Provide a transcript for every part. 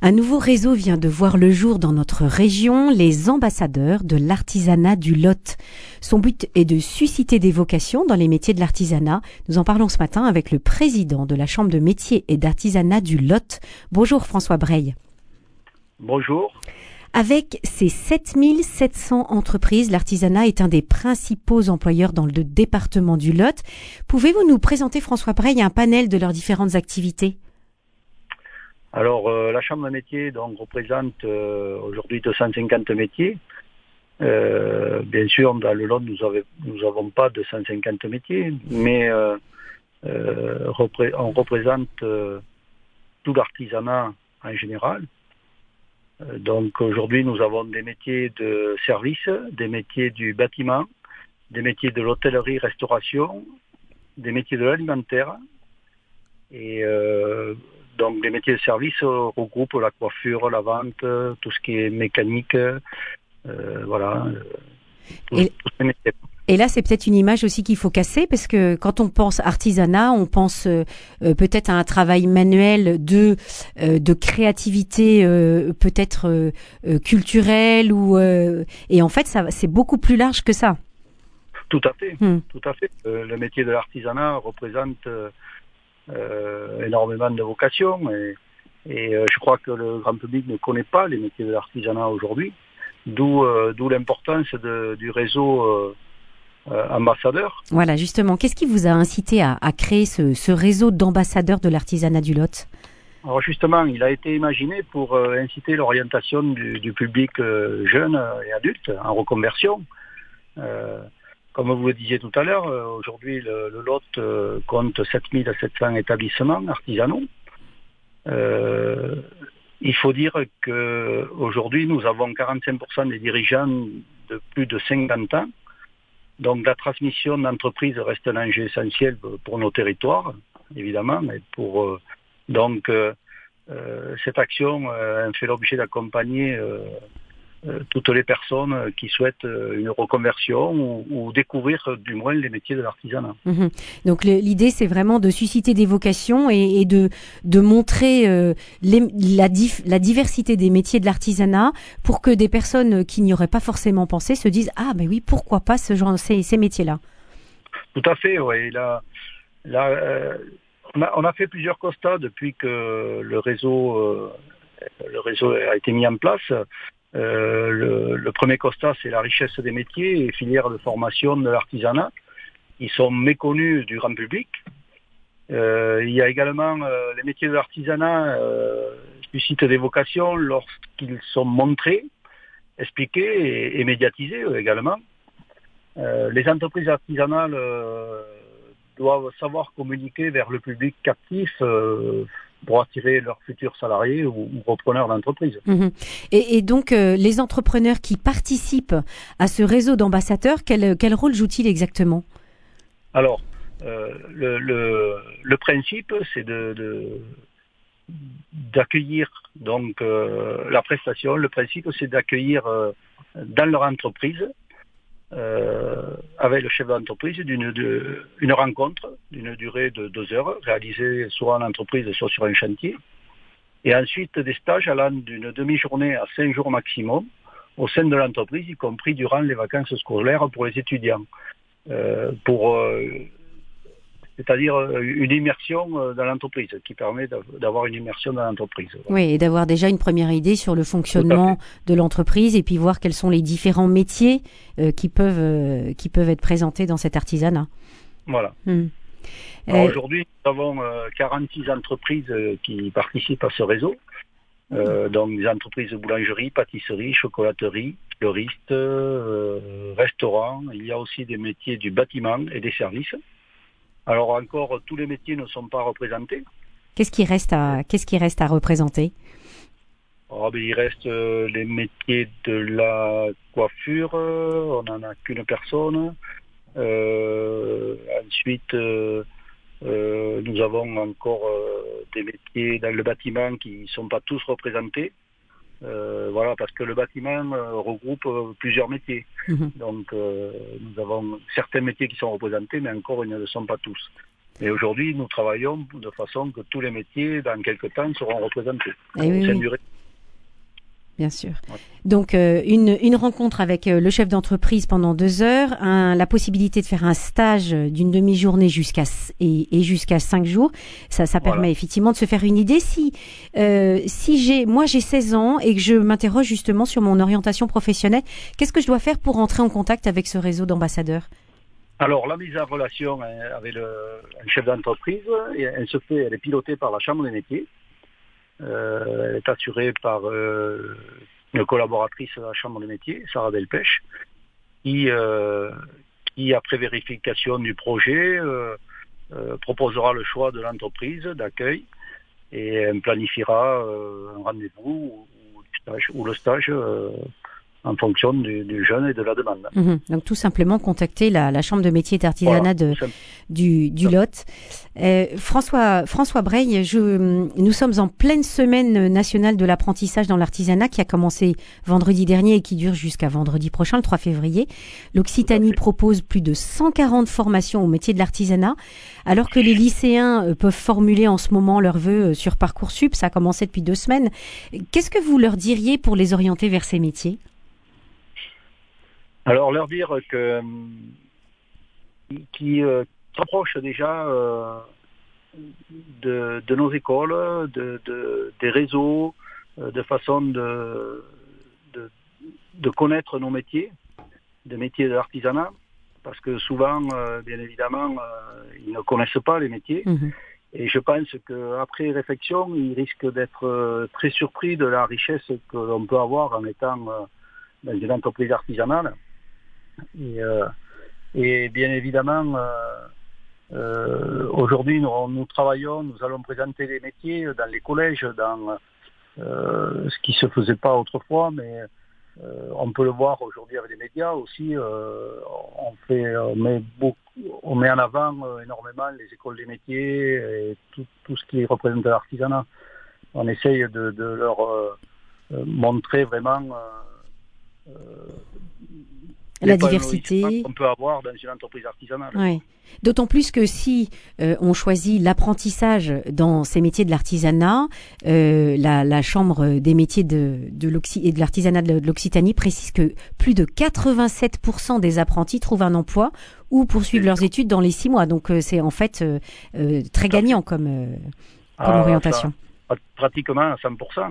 Un nouveau réseau vient de voir le jour dans notre région, les ambassadeurs de l'artisanat du Lot. Son but est de susciter des vocations dans les métiers de l'artisanat. Nous en parlons ce matin avec le président de la Chambre de métiers et d'artisanat du Lot. Bonjour François Breil. Bonjour. Avec ses 7700 entreprises, l'artisanat est un des principaux employeurs dans le département du Lot. Pouvez-vous nous présenter, François Breil, un panel de leurs différentes activités ? Alors, la Chambre de métiers représente aujourd'hui 250 métiers. Bien sûr, dans le Lot, nous n'avons pas 250 métiers, mais on représente tout l'artisanat en général. Donc aujourd'hui, nous avons des métiers de service, des métiers du bâtiment, des métiers de l'hôtellerie-restauration, des métiers de l'alimentaire. Et donc les métiers de service regroupent la coiffure, la vente, tout ce qui est mécanique, voilà. Tous ces métiers. Et là, c'est peut-être une image aussi qu'il faut casser, parce que quand on pense artisanat, on pense peut-être à un travail manuel de créativité, peut-être culturelle, et en fait, c'est beaucoup plus large que ça. Tout à fait, tout à fait. Le métier de l'artisanat représente énormément de vocations, et je crois que le grand public ne connaît pas les métiers de l'artisanat aujourd'hui, d'où l'importance du réseau ambassadeur. Voilà, justement. Qu'est-ce qui vous a incité à créer ce réseau d'ambassadeurs de l'artisanat du Lot ? Alors justement, il a été imaginé pour inciter l'orientation du public jeune et adulte en reconversion. Comme vous le disiez tout à l'heure, aujourd'hui le Lot compte 7700 établissements artisanaux. Il faut dire qu'aujourd'hui, nous avons 45% des dirigeants de plus de 50 ans. Donc la transmission d'entreprise reste un enjeu essentiel pour nos territoires, évidemment. Et pour cette action fait l'objet d'accompagner toutes les personnes qui souhaitent une reconversion ou découvrir du moins les métiers de l'artisanat. Mmh. Donc l'idée, c'est vraiment de susciter des vocations et de montrer la diversité des métiers de l'artisanat pour que des personnes qui n'y auraient pas forcément pensé se disent « Ah, ben oui, pourquoi pas ces métiers-là ?» Tout à fait, oui. On a fait plusieurs constats depuis que le réseau a été mis en place. Le premier constat, c'est la richesse des métiers et filières de formation de l'artisanat. Ils sont méconnus du grand public. Il y a également les métiers de l'artisanat suscitent des vocations lorsqu'ils sont montrés, expliqués et médiatisés également. Les entreprises artisanales doivent savoir communiquer vers le public captif pour attirer leurs futurs salariés ou repreneurs d'entreprise. Mmh. Et donc, les entrepreneurs qui participent à ce réseau d'ambassadeurs, quel rôle jouent-ils exactement ? Alors, le principe, c'est d'accueillir donc la prestation. Le principe, c'est d'accueillir dans leur entreprise, avec le chef d'entreprise, une rencontre d'une durée de 2 heures, réalisée soit en entreprise, soit sur un chantier. Et ensuite, des stages allant d'une demi-journée à 5 jours maximum au sein de l'entreprise, y compris durant les vacances scolaires pour les étudiants. C'est-à-dire une immersion dans l'entreprise, qui permet d'avoir une immersion dans l'entreprise. Voilà. Oui, et d'avoir déjà une première idée sur le fonctionnement de l'entreprise et puis voir quels sont les différents métiers qui peuvent être présentés dans cet artisanat. Voilà. Alors aujourd'hui, nous avons 46 entreprises qui participent à ce réseau. Donc des entreprises de boulangerie, pâtisserie, chocolaterie, fleuristes, restaurants. Il y a aussi des métiers du bâtiment et des services. Alors encore, tous les métiers ne sont pas représentés. Qu'est-ce qui reste à représenter ? Il reste les métiers de la coiffure, on n'en a qu'une personne. Ensuite, nous avons encore des métiers dans le bâtiment qui ne sont pas tous représentés. Voilà, parce que le bâtiment regroupe plusieurs métiers. Donc nous avons certains métiers qui sont représentés, mais encore ils ne le sont pas tous. Et aujourd'hui, nous travaillons de façon que tous les métiers, dans quelques temps, seront représentés. Oui. Bien sûr. Ouais. Donc, une rencontre avec le chef d'entreprise pendant 2 heures, la possibilité de faire un stage d'une demi-journée jusqu'à 5 jours. Ça permet effectivement de se faire une idée. Si j'ai 16 ans et que je m'interroge justement sur mon orientation professionnelle, qu'est-ce que je dois faire pour entrer en contact avec ce réseau d'ambassadeurs? Alors, la mise en relation avec un chef d'entreprise, elle est pilotée par la Chambre des métiers. Elle est assurée par une collaboratrice de la Chambre des métiers, Sarah Delpech, qui, après vérification du projet, proposera le choix de l'entreprise d'accueil et elle planifiera un rendez-vous ou le stage en fonction du jeune et de la demande. Donc tout simplement contacter la Chambre de métier et d'artisanat du Lot. François Breil, nous sommes en pleine semaine nationale de l'apprentissage dans l'artisanat qui a commencé vendredi dernier et qui dure jusqu'à vendredi prochain, le 3 février. L'Occitanie propose plus de 140 formations au métier de l'artisanat, alors que les lycéens peuvent formuler en ce moment leurs vœux sur Parcoursup. Ça a commencé depuis 2 semaines. Qu'est-ce que vous leur diriez pour les orienter vers ces métiers ? Alors, leur dire qui s'approchent déjà de nos écoles, des réseaux, de façon de connaître nos métiers, des métiers de l'artisanat, parce que souvent, bien évidemment, ils ne connaissent pas les métiers. Et je pense qu'après réflexion, ils risquent d'être très surpris de la richesse que l'on peut avoir en étant dans une entreprise artisanale. Et bien évidemment, aujourd'hui, nous travaillons, nous allons présenter les métiers dans les collèges, dans ce qui se faisait pas autrefois, mais on peut le voir aujourd'hui avec les médias aussi. On met en avant énormément les écoles des métiers et tout ce qui représente l'artisanat. On essaye de leur montrer vraiment la diversité qu'on peut avoir dans une entreprise artisanale. Oui. D'autant plus que si on choisit l'apprentissage dans ces métiers de l'artisanat, la Chambre des métiers et de l'artisanat de l'Occitanie précise que plus de 87% des apprentis trouvent un emploi ou poursuivent leurs études dans les 6 mois. Donc c'est en fait très gagnant comme orientation. Pratiquement à 100%.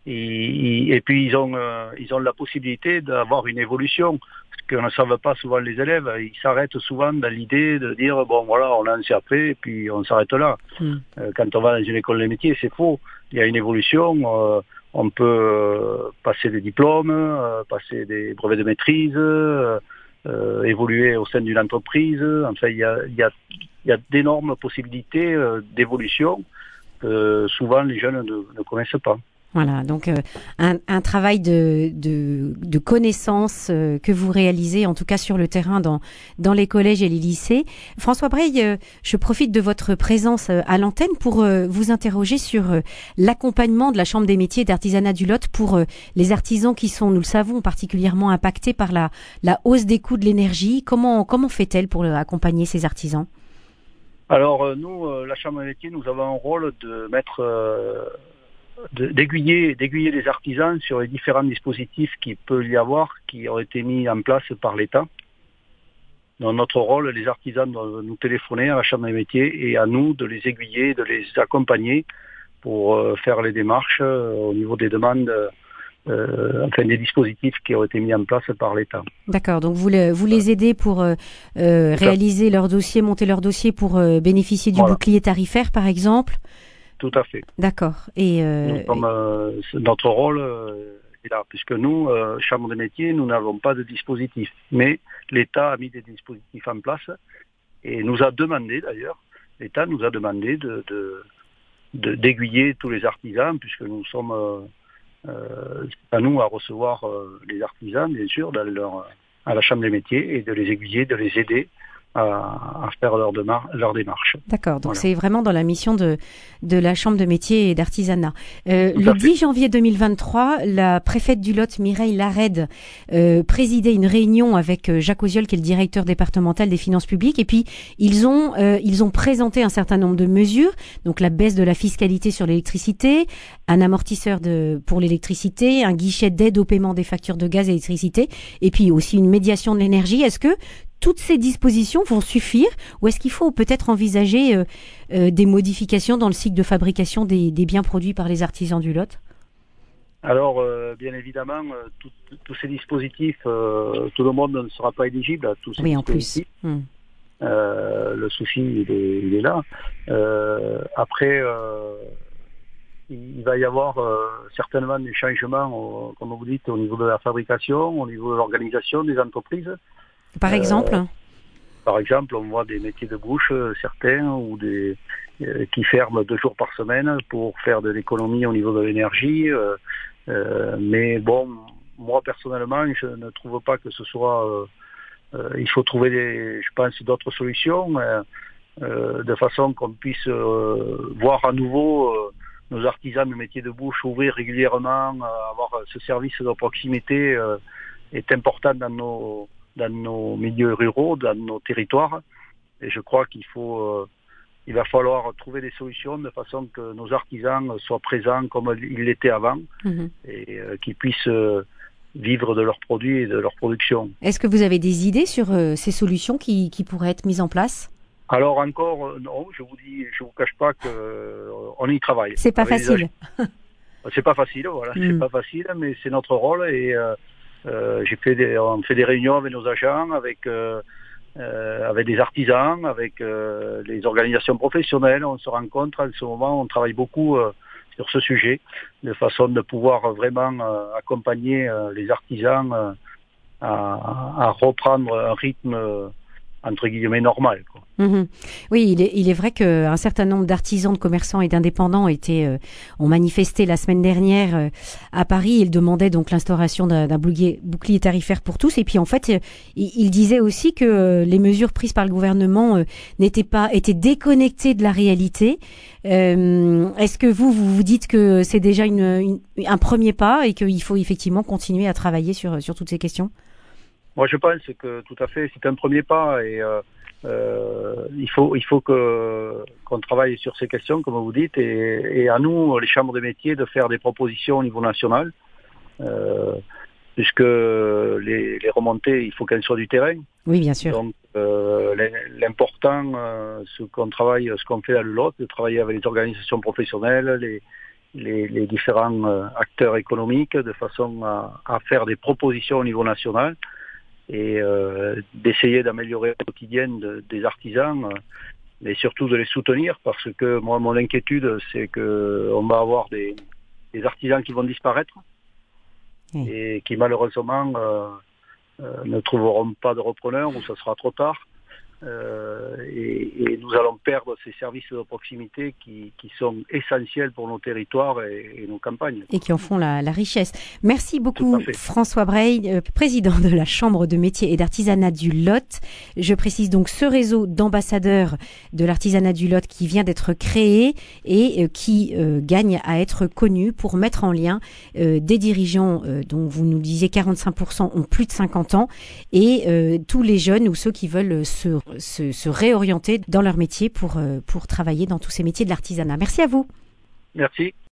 Et puis ils ont la possibilité d'avoir une évolution. Ce que ne savent pas souvent les élèves, ils s'arrêtent souvent dans l'idée de dire bon voilà, on a un CAP et puis on s'arrête là. Quand on va dans une école des métiers, c'est faux. Il y a une évolution. On peut passer des diplômes, passer des brevets de maîtrise, évoluer au sein d'une entreprise. Enfin, il y a d'énormes possibilités d'évolution que souvent les jeunes ne connaissent pas. Voilà, donc un travail de connaissance que vous réalisez, en tout cas sur le terrain dans les collèges et les lycées. François Breil, je profite de votre présence à l'antenne pour vous interroger sur l'accompagnement de la Chambre des métiers et d'artisanat du Lot pour les artisans qui sont, nous le savons, particulièrement impactés par la hausse des coûts de l'énergie. Comment fait-elle pour accompagner ces artisans ? Alors nous, la Chambre des métiers, nous avons un rôle de mettre d'aiguiller les artisans sur les différents dispositifs qu'il peut y avoir, qui ont été mis en place par l'État. Dans notre rôle, les artisans doivent nous téléphoner à la Chambre des métiers et à nous de les aiguiller, de les accompagner pour faire les démarches au niveau des demandes, des dispositifs qui ont été mis en place par l'État. D'accord, donc vous les aidez pour réaliser leur dossier, monter leur dossier pour bénéficier du bouclier tarifaire, par exemple ? Tout à fait. D'accord. Et notre rôle est là, puisque nous, Chambre des métiers, nous n'avons pas de dispositif. Mais l'État a mis des dispositifs en place et nous a demandé d'ailleurs, l'État nous a demandé d'aiguiller tous les artisans, puisque nous sommes à nous à recevoir les artisans, bien sûr, à la Chambre des métiers et de les aiguiller, de les aider à faire leur démarche. D'accord, donc Voilà. c'est vraiment dans la mission de la Chambre de métier et d'artisanat. Le 10 janvier 2023, la préfète du Lot, Mireille Larède, présidait une réunion avec Jacques Oziol, qui est le directeur départemental des finances publiques, et puis ils ont présenté un certain nombre de mesures, donc la baisse de la fiscalité sur l'électricité, un amortisseur pour l'électricité, un guichet d'aide au paiement des factures de gaz et d'électricité, et puis aussi une médiation de l'énergie. Est-ce que toutes ces dispositions vont suffire ou est-ce qu'il faut peut-être envisager des modifications dans le cycle de fabrication des biens produits par les artisans du Lot? Alors, bien évidemment, tous ces dispositifs, tout le monde ne sera pas éligible à tous ces dispositifs. En plus. Le souci, il est là. Après, il va y avoir certainement des changements, comme vous dites, au niveau de la fabrication, au niveau de l'organisation des entreprises. Par exemple on voit des métiers de bouche, certains, ou qui ferment 2 jours par semaine pour faire de l'économie au niveau de l'énergie. Mais bon, moi personnellement, je ne trouve pas que ce soit... il faut trouver, je pense, d'autres solutions, de façon qu'on puisse voir à nouveau nos artisans de métiers de bouche ouvrir régulièrement, avoir ce service de proximité est important dans nos milieux ruraux, dans nos territoires. Et je crois il va falloir trouver des solutions de façon que nos artisans soient présents comme ils l'étaient avant et qu'ils puissent vivre de leurs produits et de leur production. Est-ce que vous avez des idées sur ces solutions qui pourraient être mises en place? Alors encore, non, je vous cache pas qu'on y travaille. C'est pas facile. C'est pas facile, voilà, c'est pas facile, mais c'est notre rôle et on fait des réunions avec nos agents, avec des artisans, avec les organisations professionnelles. On se rencontre en ce moment, on travaille beaucoup sur ce sujet, de façon de pouvoir vraiment accompagner les artisans à reprendre un rythme entre guillemets normal, quoi. Oui, il est vrai qu'un certain nombre d'artisans, de commerçants et d'indépendants ont manifesté la semaine dernière à Paris. Ils demandaient donc l'instauration d'un bouclier tarifaire pour tous. Et puis en fait, ils disaient aussi que les mesures prises par le gouvernement étaient déconnectées de la réalité. Est-ce que vous dites que c'est déjà un premier pas et qu'il faut effectivement continuer à travailler sur toutes ces questions? Moi, je pense que tout à fait, c'est un premier pas et il faut qu'on travaille sur ces questions, comme vous dites, et à nous, les chambres de métiers, de faire des propositions au niveau national, puisque les remontées, il faut qu'elles soient du terrain. Oui, bien sûr. Donc, l'important, ce qu'on fait à le Lot, de travailler avec les organisations professionnelles, les différents acteurs économiques, de façon à faire des propositions au niveau national. Et d'essayer d'améliorer le quotidien des artisans, mais surtout de les soutenir, parce que moi, mon inquiétude, c'est qu'on va avoir des artisans qui vont disparaître et qui malheureusement ne trouveront pas de repreneurs ou ça sera trop tard. Et nous allons perdre ces services de proximité qui sont essentiels pour nos territoires et nos campagnes. Et qui en font la richesse. Merci beaucoup François Breil, président de la Chambre de métier et d'artisanat du Lot. Je précise donc ce réseau d'ambassadeurs de l'artisanat du Lot qui vient d'être créé et qui gagne à être connu pour mettre en lien des dirigeants dont vous nous disiez 45% ont plus de 50 ans et tous les jeunes ou ceux qui veulent se réorienter dans leur métier pour travailler dans tous ces métiers de l'artisanat. Merci à vous. Merci.